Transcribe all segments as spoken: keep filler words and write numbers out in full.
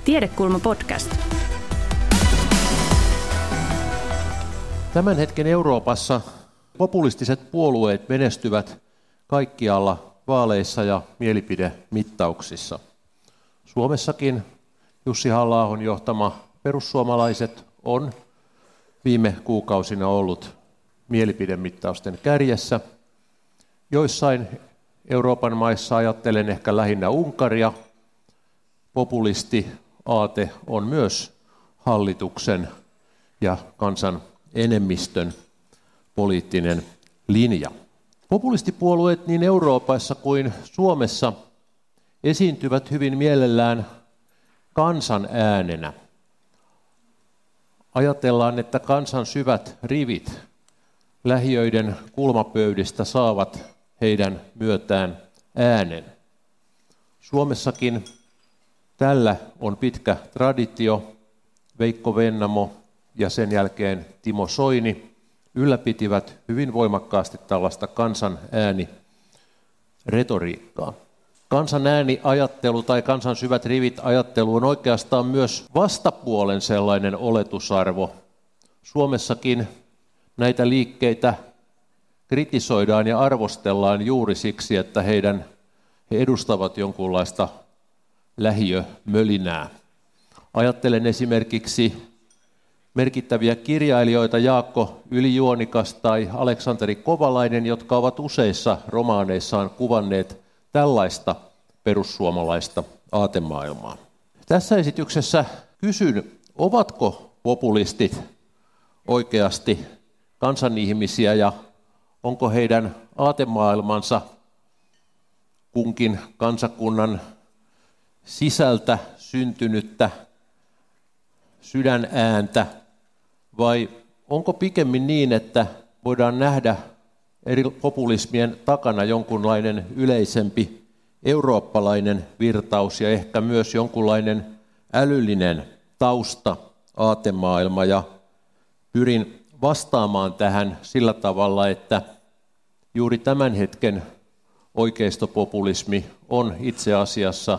Tiedekulma podcast. Tämän hetken Euroopassa populistiset puolueet menestyvät kaikkialla vaaleissa ja mielipidemittauksissa. Suomessakin Jussi Halla-ahon johtama Perussuomalaiset on viime kuukausina ollut mielipidemittausten kärjessä. Joissain Euroopan maissa, ajattelen ehkä lähinnä Unkaria, populisti-aate on myös hallituksen ja kansan enemmistön poliittinen linja. Populistipuolueet niin Euroopassa kuin Suomessa esiintyvät hyvin mielellään kansan äänenä. Ajatellaan, että kansan syvät rivit lähiöiden kulmapöydistä saavat heidän myötään äänen. Suomessakin tällä on pitkä traditio. Veikko Vennamo ja sen jälkeen Timo Soini ylläpitivät hyvin voimakkaasti tällaista kansan ääni-retoriikkaa. Kansan ääni-ajattelu tai kansan syvät rivit ajattelu on oikeastaan myös vastapuolen sellainen oletusarvo. Suomessakin näitä liikkeitä kritisoidaan ja arvostellaan juuri siksi, että heidän, he edustavat jonkunlaista lähiömölinää. Ajattelen esimerkiksi merkittäviä kirjailijoita Jaakko Yli-Juonikas tai Aleksanteri Kovalainen, jotka ovat useissa romaaneissaan kuvanneet tällaista perussuomalaista aatemaailmaa. Tässä esityksessä kysyn, ovatko populistit oikeasti kansanihmisiä ja onko heidän aatemaailmansa kunkin kansakunnan sisältä syntynyttä sydänääntä, vai onko pikemmin niin, että voidaan nähdä eri populismien takana jonkunlainen yleisempi eurooppalainen virtaus ja ehkä myös jonkunlainen älyllinen tausta, aatemaailma, ja pyrin vastaamaan tähän sillä tavalla, että juuri tämän hetken oikeistopopulismi on itse asiassa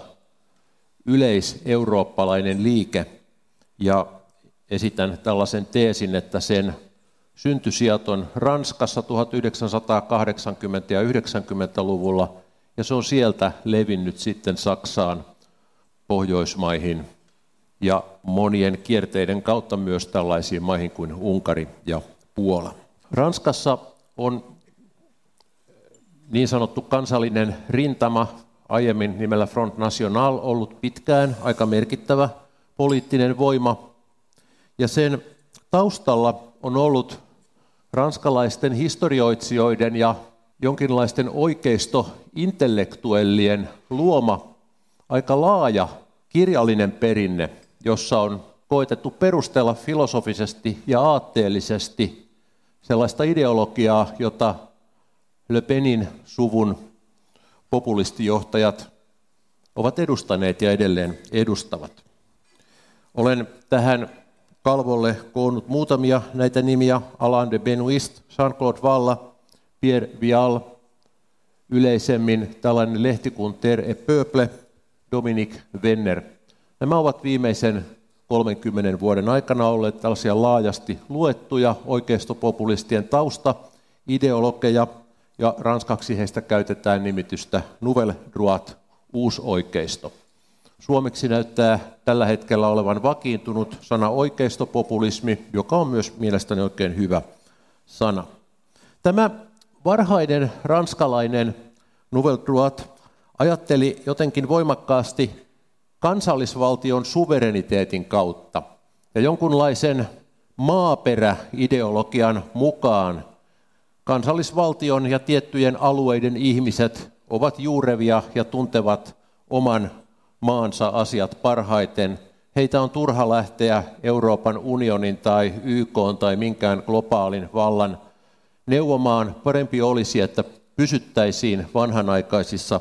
yleiseurooppalainen liike, ja esitän tällaisen teesin, että sen syntysijat on Ranskassa tuhatyhdeksänsataakahdeksankymmentä- ja yhdeksänkymmentäluvulla, ja se on sieltä levinnyt sitten Saksaan, Pohjoismaihin ja monien kierteiden kautta myös tällaisiin maihin kuin Unkari ja Puola. Ranskassa on niin sanottu kansallinen rintama, aiemmin nimellä Front National, ollut pitkään aika merkittävä poliittinen voima, ja sen taustalla on ollut ranskalaisten historioitsijoiden ja jonkinlaisten oikeistointellektuellien luoma aika laaja kirjallinen perinne, jossa on koetettu perustella filosofisesti ja aatteellisesti sellaista ideologiaa, jota Le Penin suvun populistijohtajat ovat edustaneet ja edelleen edustavat. Olen tähän kalvolle koonnut muutamia näitä nimiä: Alain de Benoist, Jean-Claude Valla, Pierre Vial, yleisemmin tällainen lehti kuin Terre et Peuple, Dominique Venner. Nämä ovat viimeisen kolmenkymmenen vuoden aikana olleet tällaisia laajasti luettuja oikeistopopulistien taustaideologeja, ja ranskaksi heistä käytetään nimitystä Nouvelle Droite, uusoikeisto. Suomeksi näyttää tällä hetkellä olevan vakiintunut sana oikeistopopulismi, joka on myös mielestäni oikein hyvä sana. Tämä varhainen ranskalainen Nouvelle Droite ajatteli jotenkin voimakkaasti kansallisvaltion suvereniteetin kautta, ja jonkunlaisen maaperäideologian mukaan kansallisvaltion ja tiettyjen alueiden ihmiset ovat juurevia ja tuntevat oman maansa asiat parhaiten. Heitä on turha lähteä Euroopan unionin tai Y K:n tai minkään globaalin vallan neuvomaan. Parempi olisi, että pysyttäisiin vanhanaikaisissa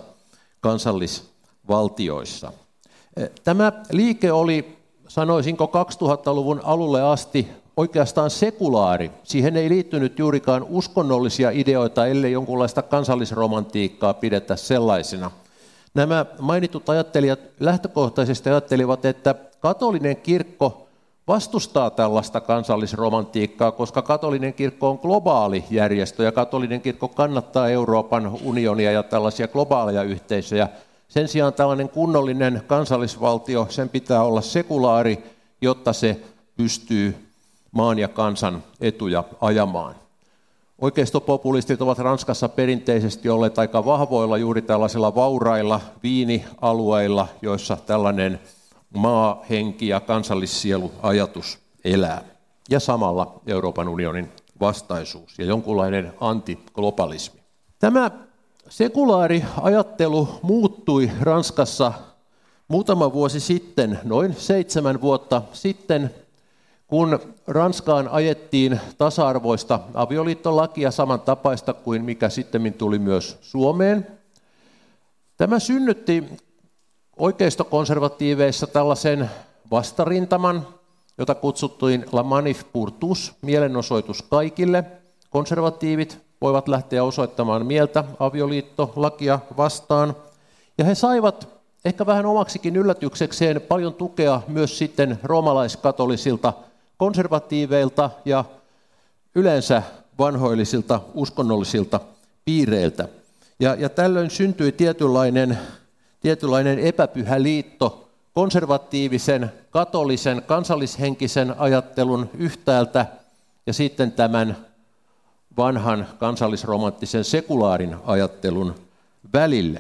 kansallisvaltioissa. Tämä liike oli, sanoisinko, kaksituhattaluvun alulle asti oikeastaan sekulaari. Siihen ei liittynyt juurikaan uskonnollisia ideoita, ellei jonkunlaista kansallisromantiikkaa pidetä sellaisena. Nämä mainitut ajattelijat lähtökohtaisesti ajattelivat, että katolinen kirkko vastustaa tällaista kansallisromantiikkaa, koska katolinen kirkko on globaali järjestö ja katolinen kirkko kannattaa Euroopan unionia ja tällaisia globaaleja yhteisöjä. Sen sijaan tällainen kunnollinen kansallisvaltio, sen pitää olla sekulaari, jotta se pystyy maan ja kansan etuja ajamaan. Oikeistopopulistit ovat Ranskassa perinteisesti olleet aika vahvoilla juuri tällaisilla vaurailla viinialueilla, joissa tällainen maahenki ja kansallissieluajatus elää. Ja samalla Euroopan unionin vastaisuus ja jonkunlainen antiglobalismi. Tämä sekulaari ajattelu muuttui Ranskassa muutama vuosi sitten, noin seitsemän vuotta sitten, kun Ranskaan ajettiin tasa-arvoista avioliittolakia samantapaista kuin mikä sittemmin tuli myös Suomeen. Tämä synnytti oikeistokonservatiiveissa tällaisen vastarintaman, jota kutsuttiin La Manif pour tous, mielenosoitus kaikille. Konservatiivit voivat lähteä osoittamaan mieltä avioliittolakia vastaan. Ja he saivat ehkä vähän omaksikin yllätyksekseen paljon tukea myös sitten roomalaiskatolisilta konservatiiveilta ja yleensä vanhoillisilta uskonnollisilta piireiltä. Ja, ja tällöin syntyi tietynlainen, tietynlainen epäpyhä liitto konservatiivisen, katolisen, kansallishenkisen ajattelun yhtäältä ja sitten tämän vanhan kansallisromanttisen sekulaarin ajattelun välille.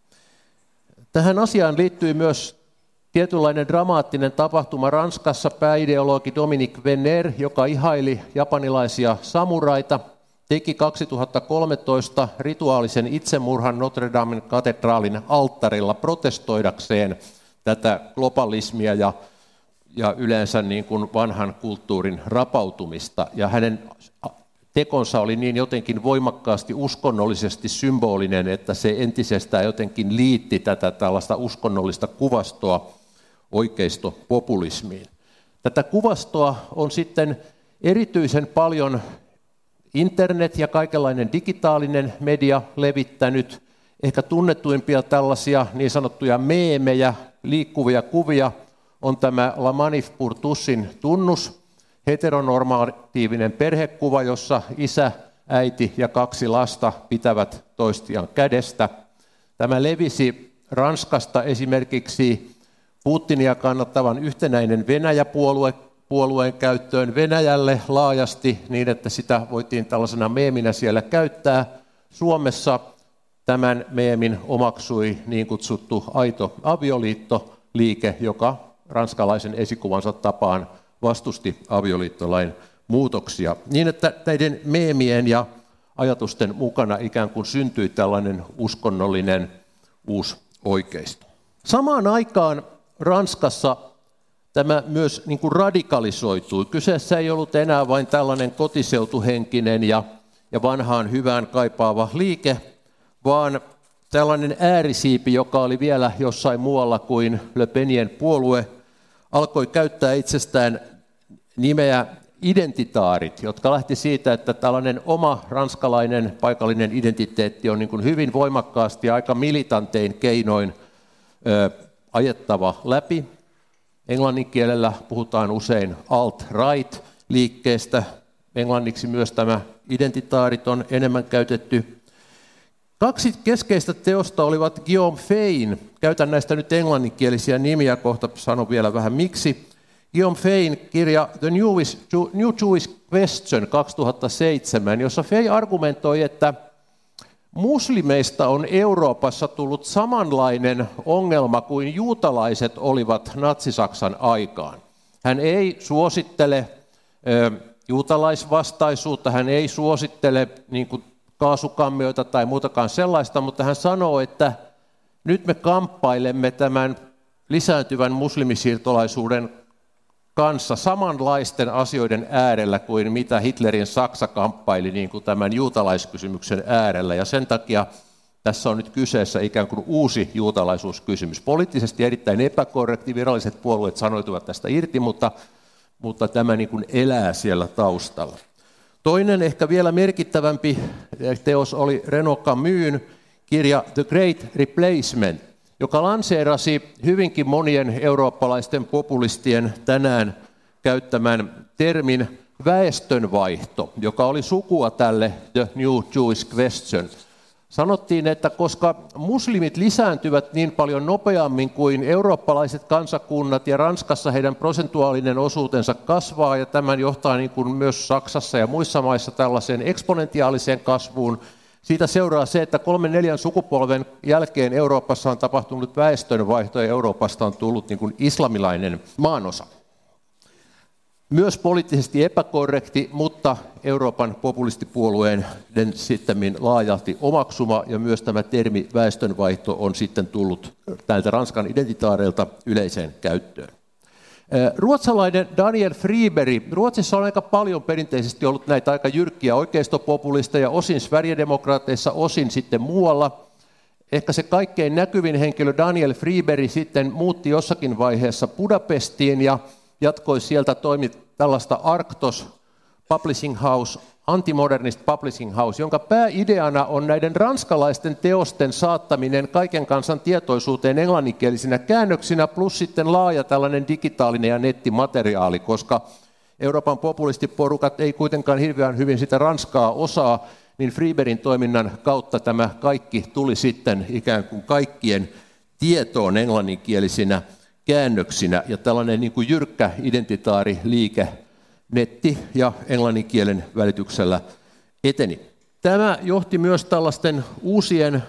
Tähän asiaan liittyy myös tietynlainen dramaattinen tapahtuma Ranskassa. Pääideologi Dominique Venner, joka ihaili japanilaisia samuraita, teki kaksituhattakolmetoista rituaalisen itsemurhan Notre Damen katedraalin alttarilla protestoidakseen tätä globalismia ja, ja yleensä niin kuin vanhan kulttuurin rapautumista. Ja hänen tekonsa oli niin jotenkin voimakkaasti uskonnollisesti symbolinen, että se entisestään jotenkin liitti tätä tällaista uskonnollista kuvastoa oikeistopopulismiin. Tätä kuvastoa on sitten erityisen paljon internet ja kaikenlainen digitaalinen media levittänyt. Ehkä tunnetuimpia tällaisia niin sanottuja meemejä, liikkuvia kuvia, on tämä La Manif pour tousin tunnus, heteronormatiivinen perhekuva, jossa isä, äiti ja kaksi lasta pitävät toistiaan kädestä. Tämä levisi Ranskasta esimerkiksi Putinia kannattavan Yhtenäinen Venäjä-puolue puolueen käyttöön Venäjälle laajasti niin, että sitä voitiin tällaisena meeminä siellä käyttää. Suomessa tämän meemin omaksui niin kutsuttu Aito avioliittoliike, joka ranskalaisen esikuvansa tapaan vastusti avioliittolain muutoksia. Niin, että näiden meemien ja ajatusten mukana ikään kuin syntyi tällainen uskonnollinen uusi oikeisto. Samaan aikaan Ranskassa tämä myös niin kuin radikalisoitui. Kyseessä ei ollut enää vain tällainen kotiseutuhenkinen ja, ja vanhaan hyvään kaipaava liike, vaan tällainen äärisiipi, joka oli vielä jossain muualla kuin Le Penien puolue, alkoi käyttää itsestään nimeä identitaarit, jotka lähti siitä, että tällainen oma ranskalainen paikallinen identiteetti on niin kuin hyvin voimakkaasti ja aika militantein keinoin ö, ajettava läpi. Englannin kielellä puhutaan usein alt-right-liikkeestä. Englanniksi myös tämä identitaarit on enemmän käytetty. Kaksi keskeistä teosta olivat Guillaume Fayn, käytän näistä nyt englanninkielisiä nimiä, kohta sanon vielä vähän miksi. Guillaume Fayn kirja The New Jewish Question kaksituhattaseitsemän, jossa Fay argumentoi, että muslimeista on Euroopassa tullut samanlainen ongelma kuin juutalaiset olivat natsi-Saksan aikaan. Hän ei suosittele ö, juutalaisvastaisuutta, hän ei suosittele niin kuin kaasukammioita tai muutakaan sellaista, mutta hän sanoo, että nyt me kamppailemme tämän lisääntyvän muslimisiirtolaisuuden kanssa samanlaisten asioiden äärellä kuin mitä Hitlerin Saksa kamppaili niin kuin tämän juutalaiskysymyksen äärellä. Ja sen takia tässä on nyt kyseessä ikään kuin uusi juutalaisuuskysymys. Poliittisesti erittäin epäkorrekti, viralliset puolueet sanoituvat tästä irti, mutta, mutta tämä niin kuin elää siellä taustalla. Toinen ehkä vielä merkittävämpi teos oli Renaud Camusin kirja The Great Replacement, joka lanseerasi hyvinkin monien eurooppalaisten populistien tänään käyttämän termin väestönvaihto, joka oli sukua tälle The New Jewish Question. Sanottiin, että koska muslimit lisääntyvät niin paljon nopeammin kuin eurooppalaiset kansakunnat ja Ranskassa heidän prosentuaalinen osuutensa kasvaa ja tämän johtaa niin kuin myös Saksassa ja muissa maissa tällaiseen eksponentiaaliseen kasvuun, siitä seuraa se, että kolmen neljän sukupolven jälkeen Euroopassa on tapahtunut väestönvaihto ja Euroopasta on tullut niin kuin islamilainen maanosa. Myös poliittisesti epäkorrekti, mutta Euroopan populistipuolueen sitten laajalti omaksuma ja myös tämä termi väestönvaihto on sitten tullut näiltä Ranskan identitaareilta yleiseen käyttöön. Ruotsalainen Daniel Friberg, Ruotsissa on aika paljon perinteisesti ollut näitä aika jyrkkiä oikeistopopulisteja, osin Sverigedemokraateissa, osin sitten muualla. Ehkä se kaikkein näkyvin henkilö Daniel Friberg sitten muutti jossakin vaiheessa Budapestiin ja jatkoi sieltä, toimi tällaista Arctos Publishing House, antimodernist publishing house, jonka pääideana on näiden ranskalaisten teosten saattaminen kaiken kansan tietoisuuteen englanninkielisinä käännöksinä, plus sitten laaja tällainen digitaalinen ja nettimateriaali, koska Euroopan populistiporukat ei kuitenkaan hirveän hyvin sitä ranskaa osaa, niin Fribergin toiminnan kautta tämä kaikki tuli sitten ikään kuin kaikkien tietoon englanninkielisinä käännöksinä, ja tällainen niin kuin jyrkkä identitaariliike netti- ja englanninkielen välityksellä eteni. Tämä johti myös tällaisten uusien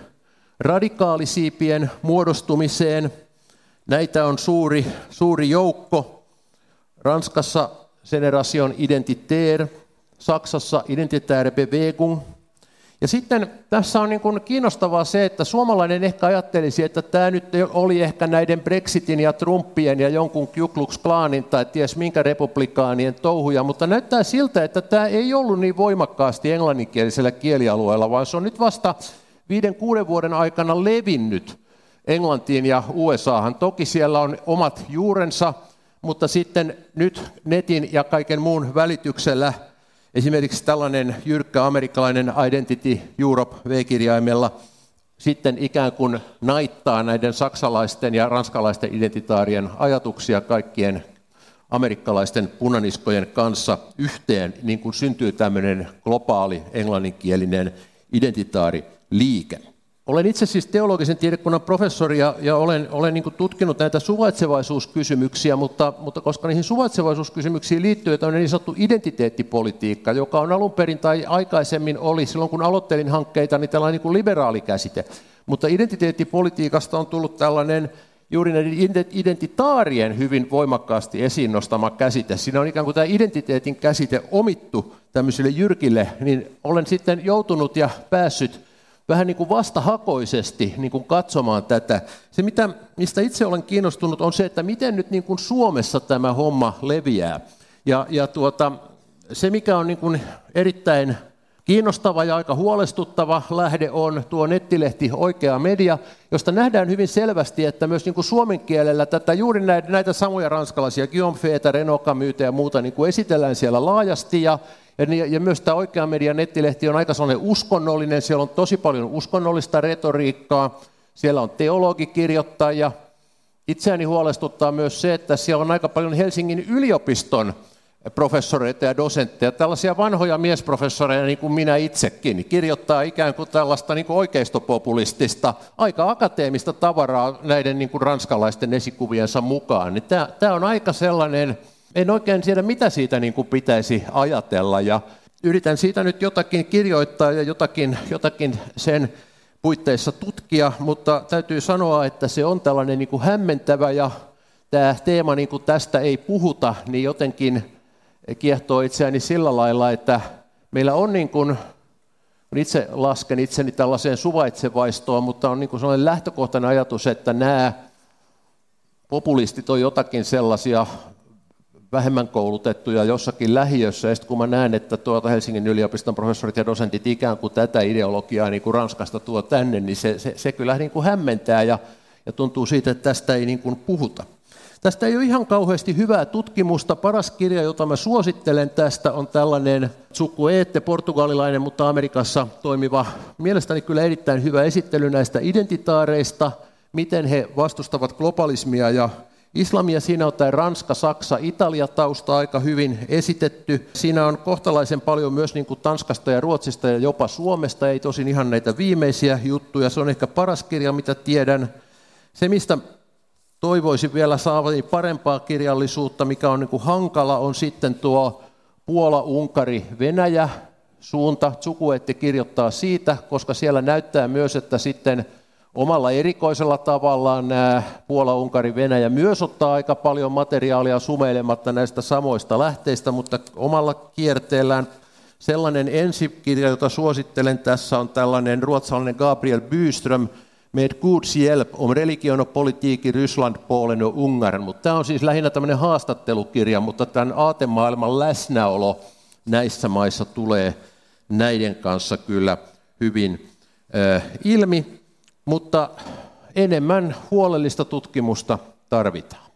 radikaalisiipien muodostumiseen. Näitä on suuri, suuri joukko. Ranskassa Generation Identitaire, Saksassa Identitaire Bewegung. Ja sitten tässä on niin kuin kiinnostavaa se, että suomalainen ehkä ajattelisi, että tämä nyt oli ehkä näiden Brexitin ja Trumpien ja jonkun Ku Klux Klanin tai ties minkä republikaanien touhuja, mutta näyttää siltä, että tämä ei ollut niin voimakkaasti englanninkielisellä kielialueella, vaan se on nyt vasta viiden, kuuden vuoden aikana levinnyt Englantiin ja U S Ahan. Toki siellä on omat juurensa, mutta sitten nyt netin ja kaiken muun välityksellä esimerkiksi tällainen jyrkkä amerikkalainen Identity Europe V-kirjaimella sitten ikään kuin naittaa näiden saksalaisten ja ranskalaisten identitaarien ajatuksia kaikkien amerikkalaisten punaniskojen kanssa yhteen, niin kuin syntyy tämmöinen globaali englanninkielinen identitaariliike. Olen itse siis teologisen tiedekunnan professori ja, ja olen, olen niin kuin tutkinut näitä suvaitsevaisuuskysymyksiä, mutta, mutta koska niihin suvaitsevaisuuskysymyksiin liittyy tämmöinen niin sanottu identiteettipolitiikka, joka on alun perin tai aikaisemmin oli, silloin kun aloittelin hankkeita, niin tällainen niin kuin liberaali käsite. Mutta identiteettipolitiikasta on tullut tällainen juuri näiden identitaarien hyvin voimakkaasti esiin nostama käsite. Siinä on ikään kuin tämä identiteetin käsite omittu tämmöisille jyrkille, niin olen sitten joutunut ja päässyt vähän niin kuin vastahakoisesti niin kuin katsomaan tätä. Se, mitä, mistä itse olen kiinnostunut, on se, että miten nyt niin kuin Suomessa tämä homma leviää. Ja, ja tuota, se, mikä on niin kuin erittäin kiinnostava ja aika huolestuttava lähde, on tuo nettilehti Oikea Media, josta nähdään hyvin selvästi, että myös niin kuin suomen kielellä tätä, juuri näitä, näitä samoja ranskalaisia, Guillaume Faita, Renaud Camusta ja muuta, niin kuin esitellään siellä laajasti, ja Ja, ja myös tämä Oikea Media nettilehti on aika sellainen uskonnollinen, siellä on tosi paljon uskonnollista retoriikkaa, siellä on teologikirjoittajia. Itseäni huolestuttaa myös se, että siellä on aika paljon Helsingin yliopiston professoreita ja dosentteja, tällaisia vanhoja miesprofessoreja niin kuin minä itsekin, kirjoittaa ikään kuin tällaista niin kuin oikeistopopulistista, aika akateemista tavaraa näiden niin kuin ranskalaisten esikuviensa mukaan. Niin tämä, tämä on aika sellainen. En oikein tiedä, mitä siitä niin kuin pitäisi ajatella, ja yritän siitä nyt jotakin kirjoittaa ja jotakin, jotakin sen puitteissa tutkia, mutta täytyy sanoa, että se on tällainen niin kuin hämmentävä, ja tämä teema, niin kuin tästä ei puhuta, niin jotenkin kiehtoo itseäni sillä lailla, että meillä on, niin kuin, kun itse lasken itseni tällaiseen suvaitsevaistoon, mutta on niin kuin sellainen lähtökohtainen ajatus, että nämä populistit on jotakin sellaisia vähemmän koulutettuja jossakin lähiössä, ja sitten kun mä näen, että tuota Helsingin yliopiston professorit ja dosentit ikään kuin tätä ideologiaa niin kuin Ranskasta tuo tänne, niin se, se, se kyllä niin kuin hämmentää, ja, ja tuntuu siitä, että tästä ei niin kuin puhuta. Tästä ei ole ihan kauheasti hyvää tutkimusta. Paras kirja, jota mä suosittelen tästä, on tällainen Tsuku Eette, portugalilainen, mutta Amerikassa toimiva, mielestäni kyllä erittäin hyvä esittely näistä identitaareista. miten he vastustavat globalismia ja islamia. Siinä on tämä Ranska, Saksa, Italia tausta aika hyvin esitetty. Siinä on kohtalaisen paljon myös niin kuin Tanskasta ja Ruotsista ja jopa Suomesta, ei tosin ihan näitä viimeisiä juttuja. Se on ehkä paras kirja, mitä tiedän. Se, mistä toivoisin vielä saavani parempaa kirjallisuutta, mikä on niin kuin hankala, on sitten tuo Puola, Unkari, Venäjä suunta. Tsukuetti kirjoittaa siitä, koska siellä näyttää myös, että sitten omalla erikoisella tavallaan nämä Puola, Unkari, Venäjä myös ottaa aika paljon materiaalia sumeilematta näistä samoista lähteistä, mutta omalla kierteellään sellainen ensikirja, jota suosittelen tässä, on tällainen ruotsalainen Gabriel Byström, Med Guds hjälp om religion och politik i Ryssland, Polen och Ungern. Mutta tämä on siis lähinnä tämmöinen haastattelukirja, mutta tämän aatemaailman läsnäolo näissä maissa tulee näiden kanssa kyllä hyvin äh, ilmi, mutta enemmän huolellista tutkimusta tarvitaan.